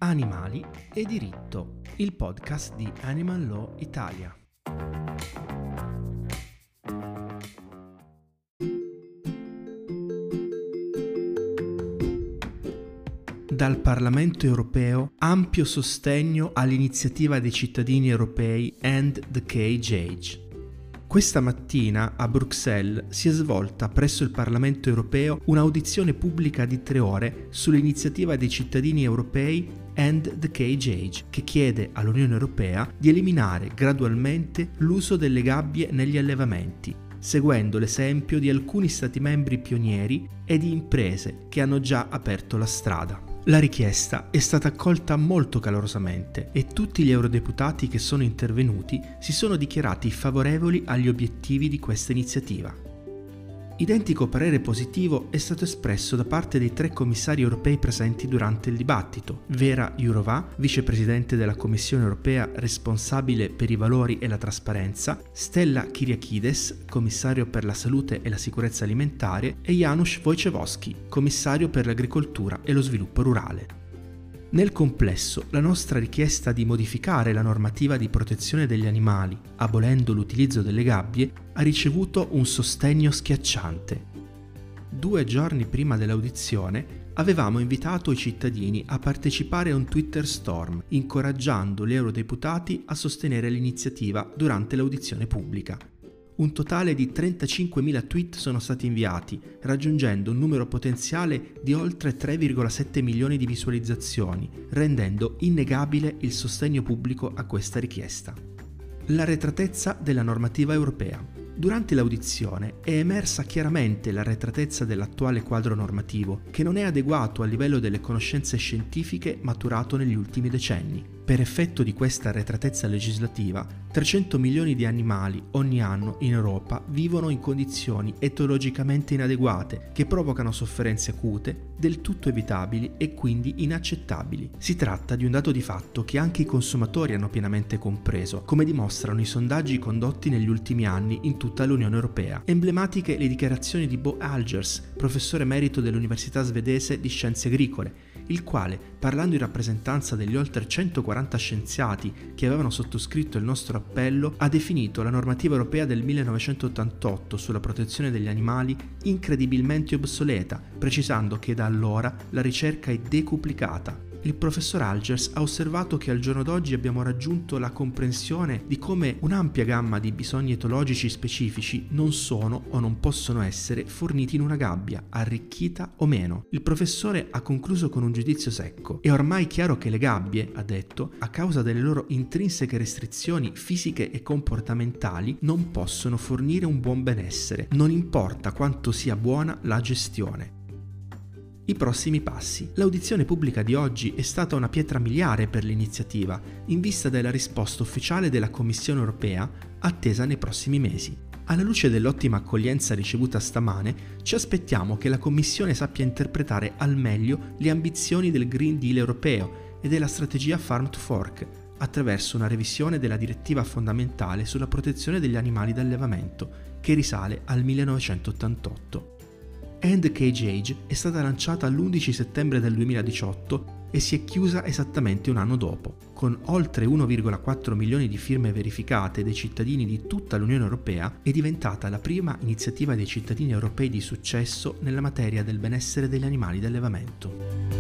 Animali e diritto, il podcast di Animal Law Italia. Dal Parlamento europeo ampio sostegno all'iniziativa dei cittadini europei End the Cage Age. Questa mattina a Bruxelles si è svolta presso il Parlamento europeo un'audizione pubblica di 3 ore sull'iniziativa dei cittadini europei End the Cage Age, che chiede all'Unione Europea di eliminare gradualmente l'uso delle gabbie negli allevamenti, seguendo l'esempio di alcuni Stati membri pionieri e di imprese che hanno già aperto la strada. La richiesta è stata accolta molto calorosamente e tutti gli eurodeputati che sono intervenuti si sono dichiarati favorevoli agli obiettivi di questa iniziativa. Identico parere positivo è stato espresso da parte dei 3 commissari europei presenti durante il dibattito: Vera Jourová, vicepresidente della Commissione europea responsabile per i valori e la trasparenza, Stella Kyriakides, commissario per la salute e la sicurezza alimentare, e Janusz Wojciechowski, commissario per l'agricoltura e lo sviluppo rurale. Nel complesso, la nostra richiesta di modificare la normativa di protezione degli animali, abolendo l'utilizzo delle gabbie, ha ricevuto un sostegno schiacciante. 2 giorni prima dell'audizione avevamo invitato i cittadini a partecipare a un Twitter storm, incoraggiando gli eurodeputati a sostenere l'iniziativa durante l'audizione pubblica. Un totale di 35.000 tweet sono stati inviati, raggiungendo un numero potenziale di oltre 3,7 milioni di visualizzazioni, rendendo innegabile il sostegno pubblico a questa richiesta. L'arretratezza della normativa europea. Durante l'audizione è emersa chiaramente l'arretratezza dell'attuale quadro normativo, che non è adeguato al livello delle conoscenze scientifiche maturato negli ultimi decenni. Per effetto di questa arretratezza legislativa, 300 milioni di animali ogni anno in Europa vivono in condizioni etologicamente inadeguate che provocano sofferenze acute, del tutto evitabili e quindi inaccettabili. Si tratta di un dato di fatto che anche i consumatori hanno pienamente compreso, come dimostrano i sondaggi condotti negli ultimi anni in tutta l'Unione Europea. Emblematiche le dichiarazioni di Bo Algers, professore emerito dell'Università svedese di Scienze Agricole, il quale, parlando in rappresentanza degli oltre 140 scienziati che avevano sottoscritto il nostro appello, ha definito la normativa europea del 1988 sulla protezione degli animali incredibilmente obsoleta, precisando che da allora la ricerca è decuplicata. Il professor Algers ha osservato che al giorno d'oggi abbiamo raggiunto la comprensione di come un'ampia gamma di bisogni etologici specifici non sono o non possono essere forniti in una gabbia, arricchita o meno. Il professore ha concluso con un giudizio secco. È ormai chiaro che le gabbie, ha detto, a causa delle loro intrinseche restrizioni fisiche e comportamentali, non possono fornire un buon benessere, non importa quanto sia buona la gestione. I prossimi passi. L'audizione pubblica di oggi è stata una pietra miliare per l'iniziativa, in vista della risposta ufficiale della Commissione europea, attesa nei prossimi mesi. Alla luce dell'ottima accoglienza ricevuta stamane, ci aspettiamo che la Commissione sappia interpretare al meglio le ambizioni del Green Deal europeo e della strategia Farm to Fork, attraverso una revisione della direttiva fondamentale sulla protezione degli animali d'allevamento, che risale al 1988. End the Cage Age è stata lanciata l'11 settembre del 2018 e si è chiusa esattamente un anno dopo. Con oltre 1,4 milioni di firme verificate dai cittadini di tutta l'Unione Europea, è diventata la prima iniziativa dei cittadini europei di successo nella materia del benessere degli animali d'allevamento.